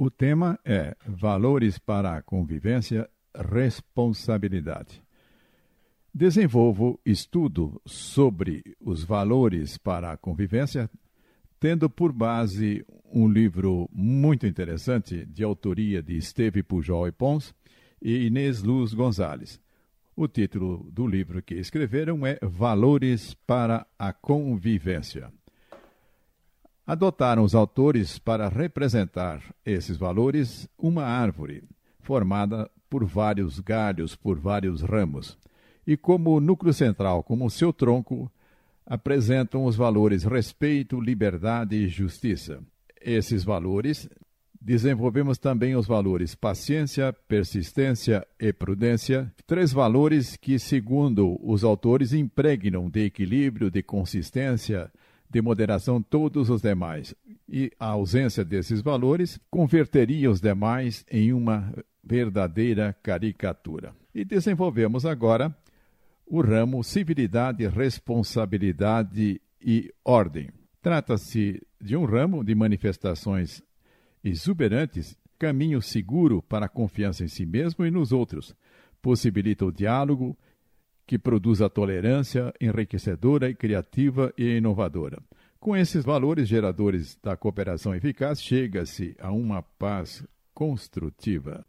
O tema é Valores para a Convivência, Responsabilidade. Desenvolvo estudo sobre os valores para a convivência, tendo por base um livro muito interessante de autoria de Esteve Pujol e Pons e Inês Luz Gonzalez. O título do livro que escreveram é Valores para a Convivência. Adotaram os autores para representar esses valores uma árvore formada por vários galhos, por vários ramos. E como núcleo central, como seu tronco, apresentam os valores respeito, liberdade e justiça. Esses valores, desenvolvemos também os valores paciência, persistência e prudência, 3 valores que, segundo os autores, impregnam de equilíbrio, de consistência, de moderação todos os demais. E a ausência desses valores converteria os demais em uma verdadeira caricatura. E desenvolvemos agora o ramo civilidade, responsabilidade e ordem. Trata-se de um ramo de manifestações exuberantes, caminho seguro para a confiança em si mesmo e nos outros. Possibilita o diálogo, que produz a tolerância enriquecedora e criativa e inovadora. Com esses valores geradores da cooperação eficaz, chega-se a uma paz construtiva.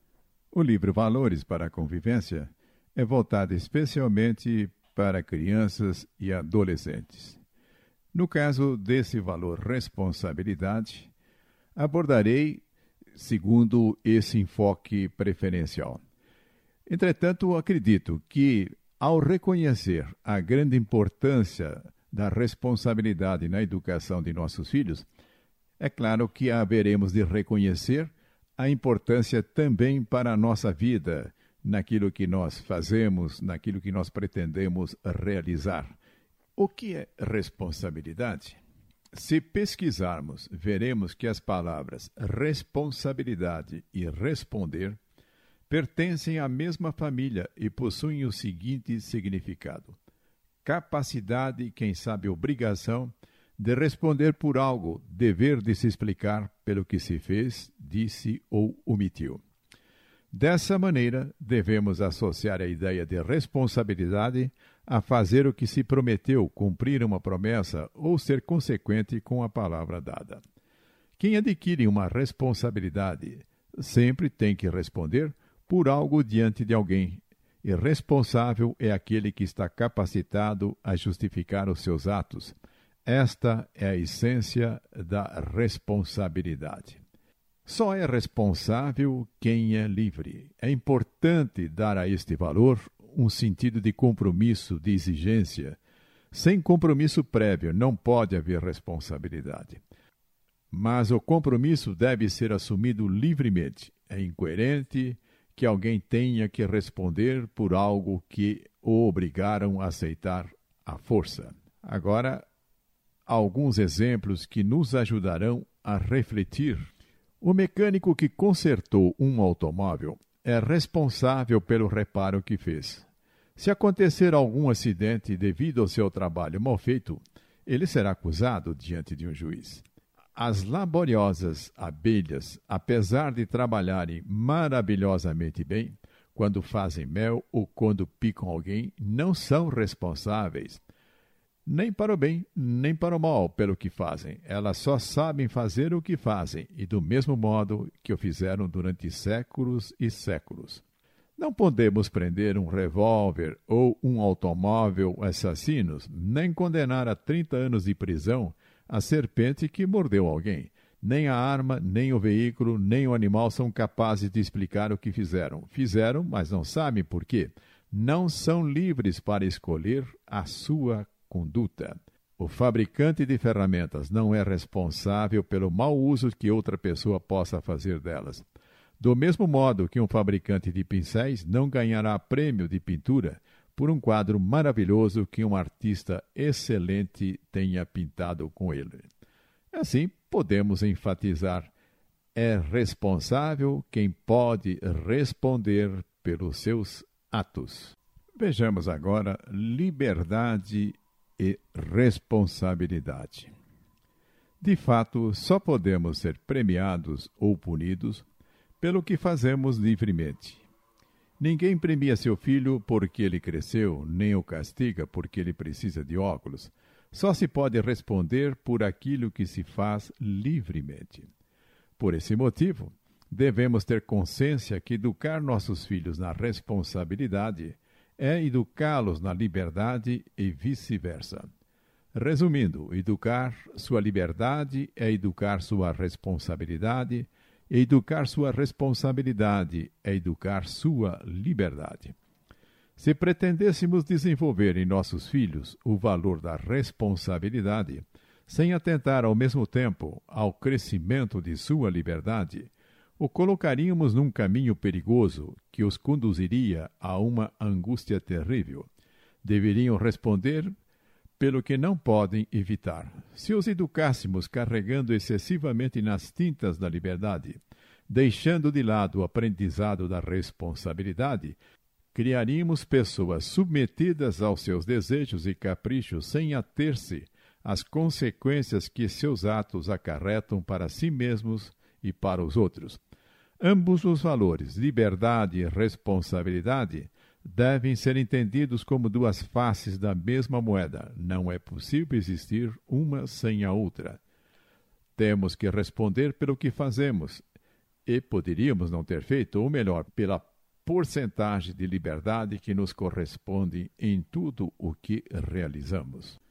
O livro Valores para a Convivência é voltado especialmente para crianças e adolescentes. No caso desse valor responsabilidade, abordarei segundo esse enfoque preferencial. Entretanto, acredito que, ao reconhecer a grande importância da responsabilidade na educação de nossos filhos, é claro que haveremos de reconhecer a importância também para a nossa vida, naquilo que nós fazemos, naquilo que nós pretendemos realizar. O que é responsabilidade? Se pesquisarmos, veremos que as palavras responsabilidade e responder pertencem à mesma família e possuem o seguinte significado: capacidade, quem sabe obrigação, de responder por algo, dever de se explicar pelo que se fez, disse ou omitiu. Dessa maneira, devemos associar a ideia de responsabilidade a fazer o que se prometeu, cumprir uma promessa ou ser consequente com a palavra dada. Quem adquire uma responsabilidade sempre tem que responder por algo diante de alguém, e responsável é aquele que está capacitado a justificar os seus atos. Esta é a essência da responsabilidade. Só é responsável quem é livre. É importante dar a este valor um sentido de compromisso, de exigência. Sem compromisso prévio não pode haver responsabilidade. Mas o compromisso deve ser assumido livremente. É incoerente que alguém tenha que responder por algo que o obrigaram a aceitar à força. Agora, alguns exemplos que nos ajudarão a refletir. O mecânico que consertou um automóvel é responsável pelo reparo que fez. Se acontecer algum acidente devido ao seu trabalho mal feito, ele será acusado diante de um juiz. As laboriosas abelhas, apesar de trabalharem maravilhosamente bem, quando fazem mel ou quando picam alguém, não são responsáveis, nem para o bem, nem para o mal, pelo que fazem. Elas só sabem fazer o que fazem, e do mesmo modo que o fizeram durante séculos e séculos. Não podemos prender um revólver ou um automóvel assassinos, nem condenar a 30 anos de prisão a serpente que mordeu alguém. Nem a arma, nem o veículo, nem o animal são capazes de explicar o que fizeram. Fizeram, mas não sabem por quê. Não são livres para escolher a sua conduta. O fabricante de ferramentas não é responsável pelo mau uso que outra pessoa possa fazer delas. Do mesmo modo que um fabricante de pincéis não ganhará prêmio de pintura por um quadro maravilhoso que um artista excelente tenha pintado com ele. Assim, podemos enfatizar: é responsável quem pode responder pelos seus atos. Vejamos agora liberdade e responsabilidade. De fato, só podemos ser premiados ou punidos pelo que fazemos livremente. Ninguém premia seu filho porque ele cresceu, nem o castiga porque ele precisa de óculos. Só se pode responder por aquilo que se faz livremente. Por esse motivo, devemos ter consciência que educar nossos filhos na responsabilidade é educá-los na liberdade e vice-versa. Resumindo, educar sua liberdade é educar sua responsabilidade, e educar sua responsabilidade é educar sua liberdade. Se pretendêssemos desenvolver em nossos filhos o valor da responsabilidade, sem atentar ao mesmo tempo ao crescimento de sua liberdade, o colocaríamos num caminho perigoso que os conduziria a uma angústia terrível. Deveriam responder pelo que não podem evitar. Se os educássemos carregando excessivamente nas tintas da liberdade, deixando de lado o aprendizado da responsabilidade, criaríamos pessoas submetidas aos seus desejos e caprichos sem ater-se às consequências que seus atos acarretam para si mesmos e para os outros. Ambos os valores, liberdade e responsabilidade, devem ser entendidos como duas faces da mesma moeda. Não é possível existir uma sem a outra. Temos que responder pelo que fazemos, e poderíamos não ter feito, ou melhor, pela porcentagem de liberdade que nos corresponde em tudo o que realizamos.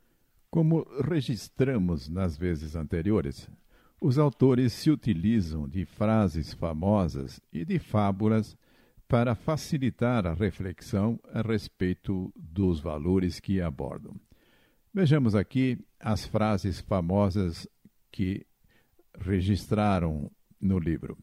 Como registramos nas vezes anteriores, os autores se utilizam de frases famosas e de fábulas para facilitar a reflexão a respeito dos valores que abordam. Vejamos aqui as frases famosas que registraram no livro.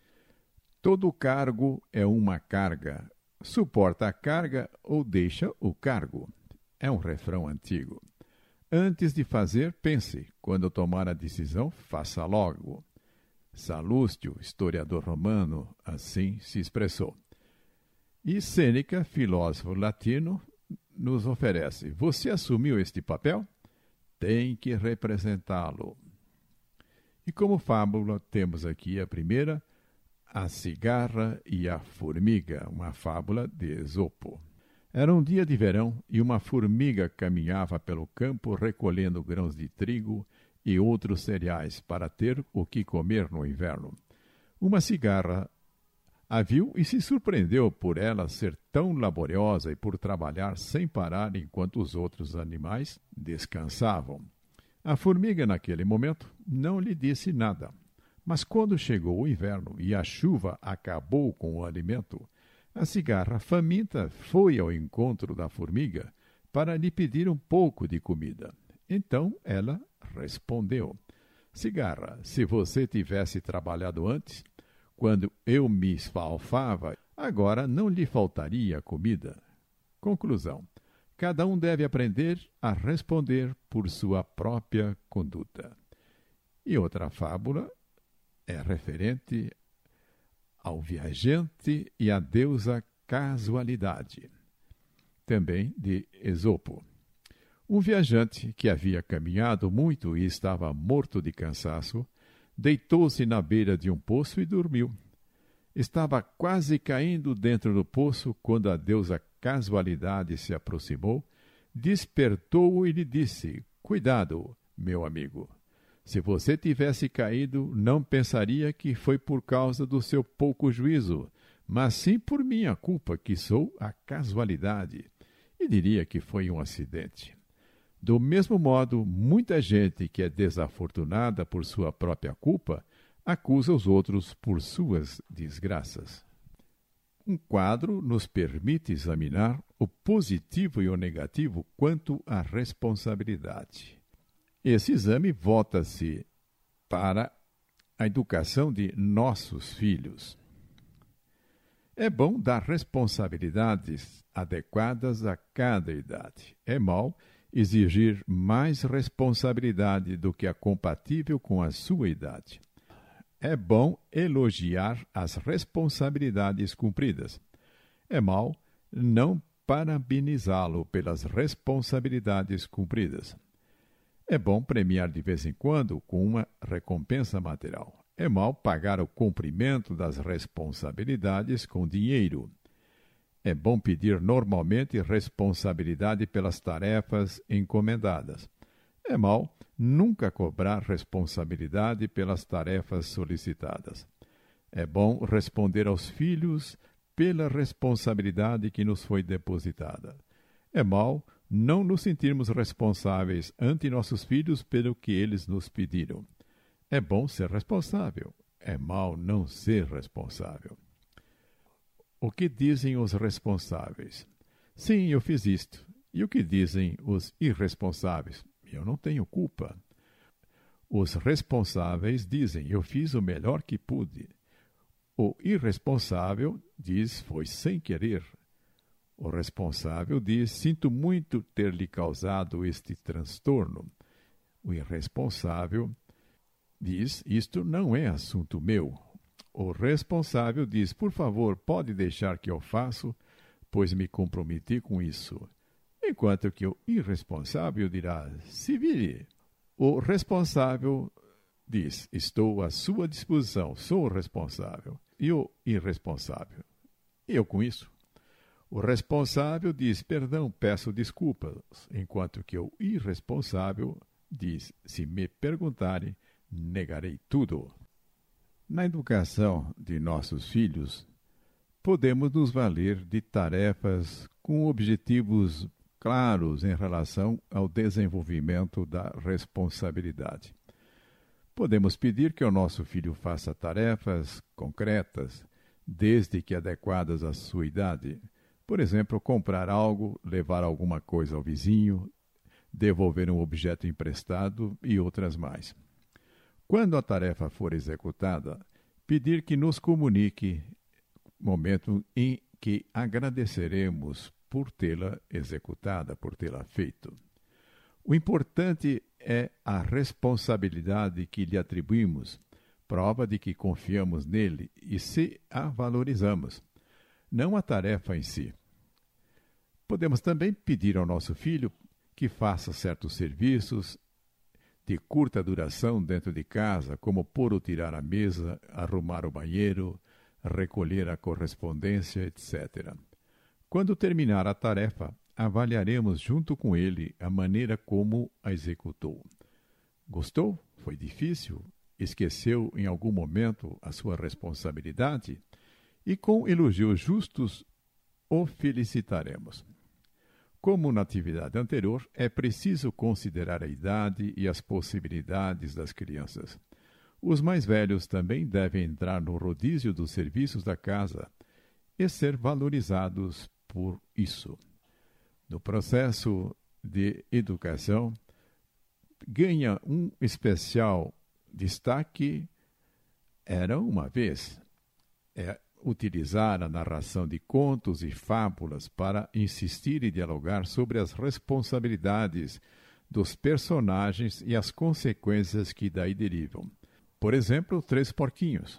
Todo cargo é uma carga. Suporta a carga ou deixa o cargo. É um refrão antigo. Antes de fazer, pense. Quando tomar a decisão, faça logo. Salustio, historiador romano, assim se expressou. E Sêneca, filósofo latino, nos oferece: você assumiu este papel? Tem que representá-lo. E como fábula, temos aqui a primeira, a cigarra e a formiga, uma fábula de Esopo. Era um dia de verão e uma formiga caminhava pelo campo recolhendo grãos de trigo e outros cereais para ter o que comer no inverno. Uma cigarra a viu e se surpreendeu por ela ser tão laboriosa e por trabalhar sem parar enquanto os outros animais descansavam. A formiga, naquele momento, não lhe disse nada. Mas quando chegou o inverno e a chuva acabou com o alimento, a cigarra, faminta, foi ao encontro da formiga para lhe pedir um pouco de comida. Então ela respondeu: cigarra, se você tivesse trabalhado antes, quando eu me esfalfava, agora não lhe faltaria comida. Conclusão: cada um deve aprender a responder por sua própria conduta. E outra fábula é referente ao viajante e à deusa casualidade, também de Esopo. Um viajante que havia caminhado muito e estava morto de cansaço, deitou-se na beira de um poço e dormiu. Estava quase caindo dentro do poço quando a deusa casualidade se aproximou, despertou-o e lhe disse: cuidado, meu amigo. Se você tivesse caído, não pensaria que foi por causa do seu pouco juízo, mas sim por minha culpa, que sou a casualidade, e diria que foi um acidente. Do mesmo modo, muita gente que é desafortunada por sua própria culpa acusa os outros por suas desgraças. Um quadro nos permite examinar o positivo e o negativo quanto à responsabilidade. Esse exame volta-se para a educação de nossos filhos. É bom dar responsabilidades adequadas a cada idade. É mau exigir mais responsabilidade do que é compatível com a sua idade. É bom elogiar as responsabilidades cumpridas. É mau não parabenizá-lo pelas responsabilidades cumpridas. É bom premiar de vez em quando com uma recompensa material. É mau pagar o cumprimento das responsabilidades com dinheiro. É bom pedir normalmente responsabilidade pelas tarefas encomendadas. É mau nunca cobrar responsabilidade pelas tarefas solicitadas. É bom responder aos filhos pela responsabilidade que nos foi depositada. É mau não nos sentirmos responsáveis ante nossos filhos pelo que eles nos pediram. É bom ser responsável. É mau não ser responsável. O que dizem os responsáveis? Sim, eu fiz isto. E o que dizem os irresponsáveis? Eu não tenho culpa. Os responsáveis dizem, eu fiz o melhor que pude. O irresponsável diz, foi sem querer. O responsável diz, sinto muito ter lhe causado este transtorno. O irresponsável diz, isto não é assunto meu. O responsável diz, por favor, pode deixar que eu faço, pois me comprometi com isso. Enquanto que o irresponsável dirá, se vire. O responsável diz, estou à sua disposição, sou o responsável. E o irresponsável? Eu com isso? O responsável diz, perdão, peço desculpas, enquanto que o irresponsável diz, se me perguntarem, negarei tudo. Na educação de nossos filhos, podemos nos valer de tarefas com objetivos claros em relação ao desenvolvimento da responsabilidade. Podemos pedir que o nosso filho faça tarefas concretas, desde que adequadas à sua idade. Por exemplo, comprar algo, levar alguma coisa ao vizinho, devolver um objeto emprestado e outras mais. Quando a tarefa for executada, pedir que nos comunique momento em que agradeceremos por tê-la executada, por tê-la feito. O importante é a responsabilidade que lhe atribuímos, prova de que confiamos nele e se a valorizamos, não a tarefa em si. Podemos também pedir ao nosso filho que faça certos serviços de curta duração dentro de casa, como pôr ou tirar a mesa, arrumar o banheiro, recolher a correspondência, etc. Quando terminar a tarefa, avaliaremos junto com ele a maneira como a executou. Gostou? Foi difícil? Esqueceu em algum momento a sua responsabilidade? E com elogios justos o felicitaremos. Como na atividade anterior, é preciso considerar a idade e as possibilidades das crianças. Os mais velhos também devem entrar no rodízio dos serviços da casa e ser valorizados por isso. No processo de educação, ganha um especial destaque Era uma vez. Utilizar a narração de contos e fábulas para insistir e dialogar sobre as responsabilidades dos personagens e as consequências que daí derivam. Por exemplo, Três Porquinhos,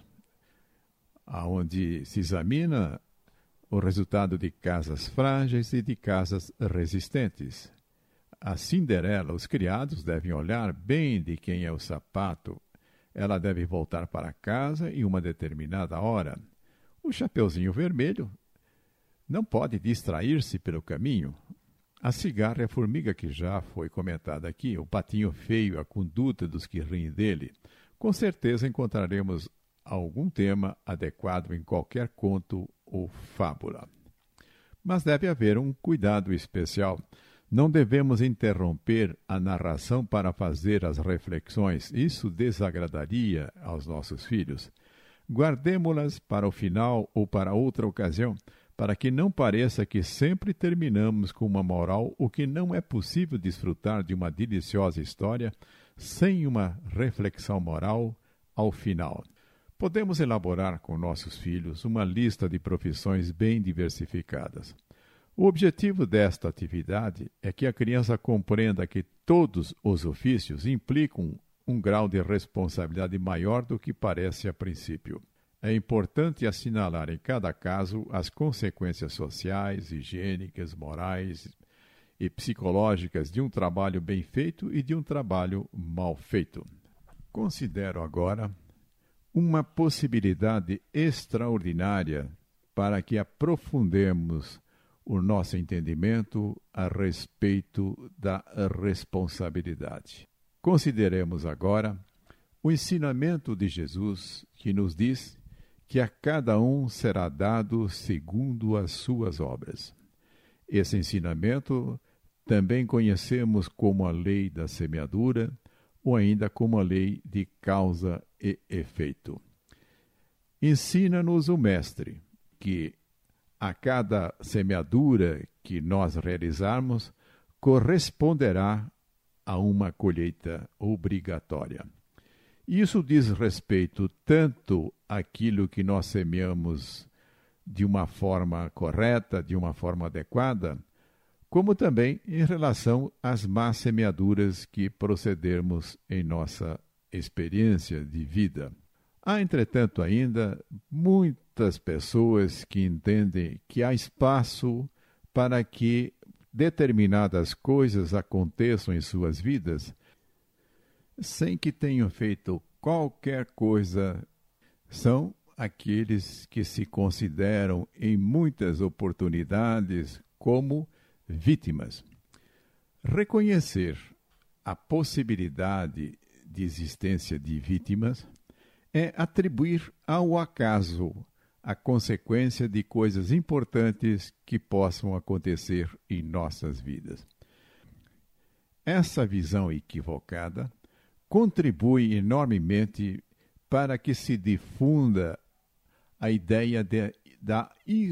onde se examina o resultado de casas frágeis e de casas resistentes. A Cinderela, os criados devem olhar bem de quem é o sapato. Ela deve voltar para casa em uma determinada hora. O Chapeuzinho Vermelho não pode distrair-se pelo caminho. A cigarra e a formiga, que já foi comentada aqui, o patinho feio, a conduta dos que riem dele. Com certeza encontraremos algum tema adequado em qualquer conto ou fábula. Mas deve haver um cuidado especial. Não devemos interromper a narração para fazer as reflexões. Isso desagradaria aos nossos filhos. Guardemo-las para o final ou para outra ocasião, para que não pareça que sempre terminamos com uma moral, o que não é possível desfrutar de uma deliciosa história sem uma reflexão moral ao final. Podemos elaborar com nossos filhos uma lista de profissões bem diversificadas. O objetivo desta atividade é que a criança compreenda que todos os ofícios implicam um grau de responsabilidade maior do que parece a princípio. É importante assinalar em cada caso as consequências sociais, higiênicas, morais e psicológicas de um trabalho bem feito e de um trabalho mal feito. Considero agora uma possibilidade extraordinária para que aprofundemos o nosso entendimento a respeito da responsabilidade. Consideremos agora o ensinamento de Jesus, que nos diz que a cada um será dado segundo as suas obras. Esse ensinamento também conhecemos como a lei da semeadura, ou ainda como a lei de causa e efeito. Ensina-nos o Mestre que a cada semeadura que nós realizarmos corresponderá a uma colheita obrigatória. Isso diz respeito tanto àquilo que nós semeamos de uma forma correta, de uma forma adequada, como também em relação às más semeaduras que procedermos em nossa experiência de vida. Há, entretanto, ainda muitas pessoas que entendem que há espaço para que determinadas coisas aconteçam em suas vidas sem que tenham feito qualquer coisa. São aqueles que se consideram em muitas oportunidades como vítimas. Reconhecer a possibilidade de existência de vítimas é atribuir ao acaso a consequência de coisas importantes que possam acontecer em nossas vidas. Essa visão equivocada contribui enormemente para que se difunda a ideia da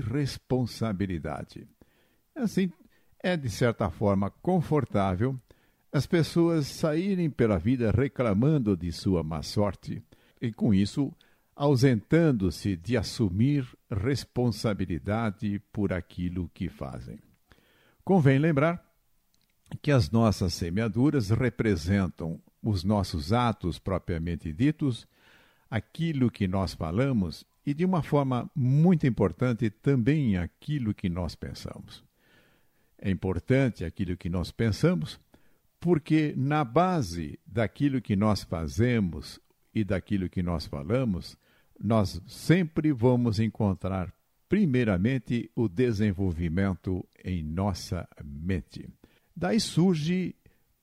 irresponsabilidade. Assim, é de certa forma confortável as pessoas saírem pela vida reclamando de sua má sorte e, com isso, ausentando-se de assumir responsabilidade por aquilo que fazem. Convém lembrar que as nossas semeaduras representam os nossos atos propriamente ditos, aquilo que nós falamos e, de uma forma muito importante, também aquilo que nós pensamos. É importante aquilo que nós pensamos, porque na base daquilo que nós fazemos e daquilo que nós falamos, nós sempre vamos encontrar, primeiramente, o desenvolvimento em nossa mente. Daí surge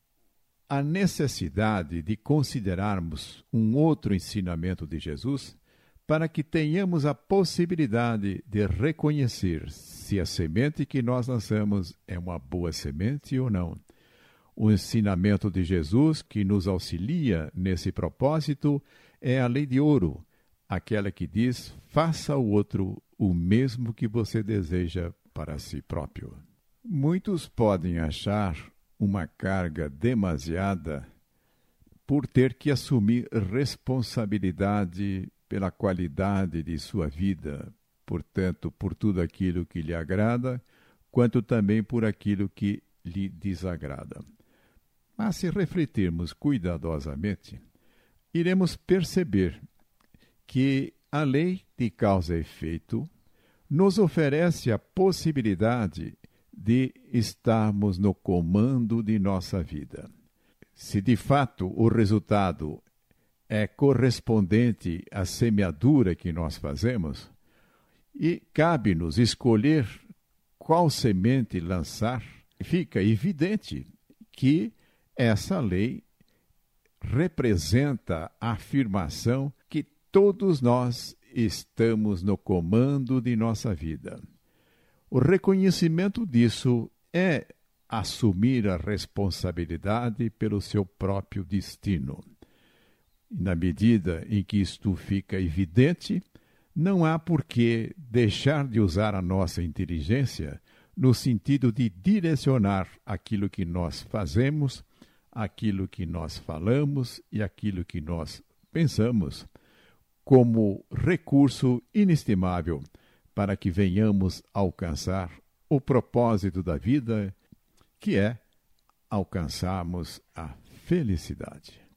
a necessidade de considerarmos um outro ensinamento de Jesus para que tenhamos a possibilidade de reconhecer se a semente que nós lançamos é uma boa semente ou não. O ensinamento de Jesus que nos auxilia nesse propósito é a lei de ouro, aquela que diz: faça ao outro o mesmo que você deseja para si próprio. Muitos podem achar uma carga demasiada por ter que assumir responsabilidade pela qualidade de sua vida, portanto, por tudo aquilo que lhe agrada, quanto também por aquilo que lhe desagrada. Mas se refletirmos cuidadosamente, iremos perceber que a lei de causa e efeito nos oferece a possibilidade de estarmos no comando de nossa vida. Se de fato o resultado é correspondente à semeadura que nós fazemos, e cabe-nos escolher qual semente lançar, fica evidente que essa lei representa a afirmação que todos nós estamos no comando de nossa vida. O reconhecimento disso é assumir a responsabilidade pelo seu próprio destino. Na medida em que isto fica evidente, não há por que deixar de usar a nossa inteligência no sentido de direcionar aquilo que nós fazemos, aquilo que nós falamos e aquilo que nós pensamos como recurso inestimável para que venhamos alcançar o propósito da vida, que é alcançarmos a felicidade.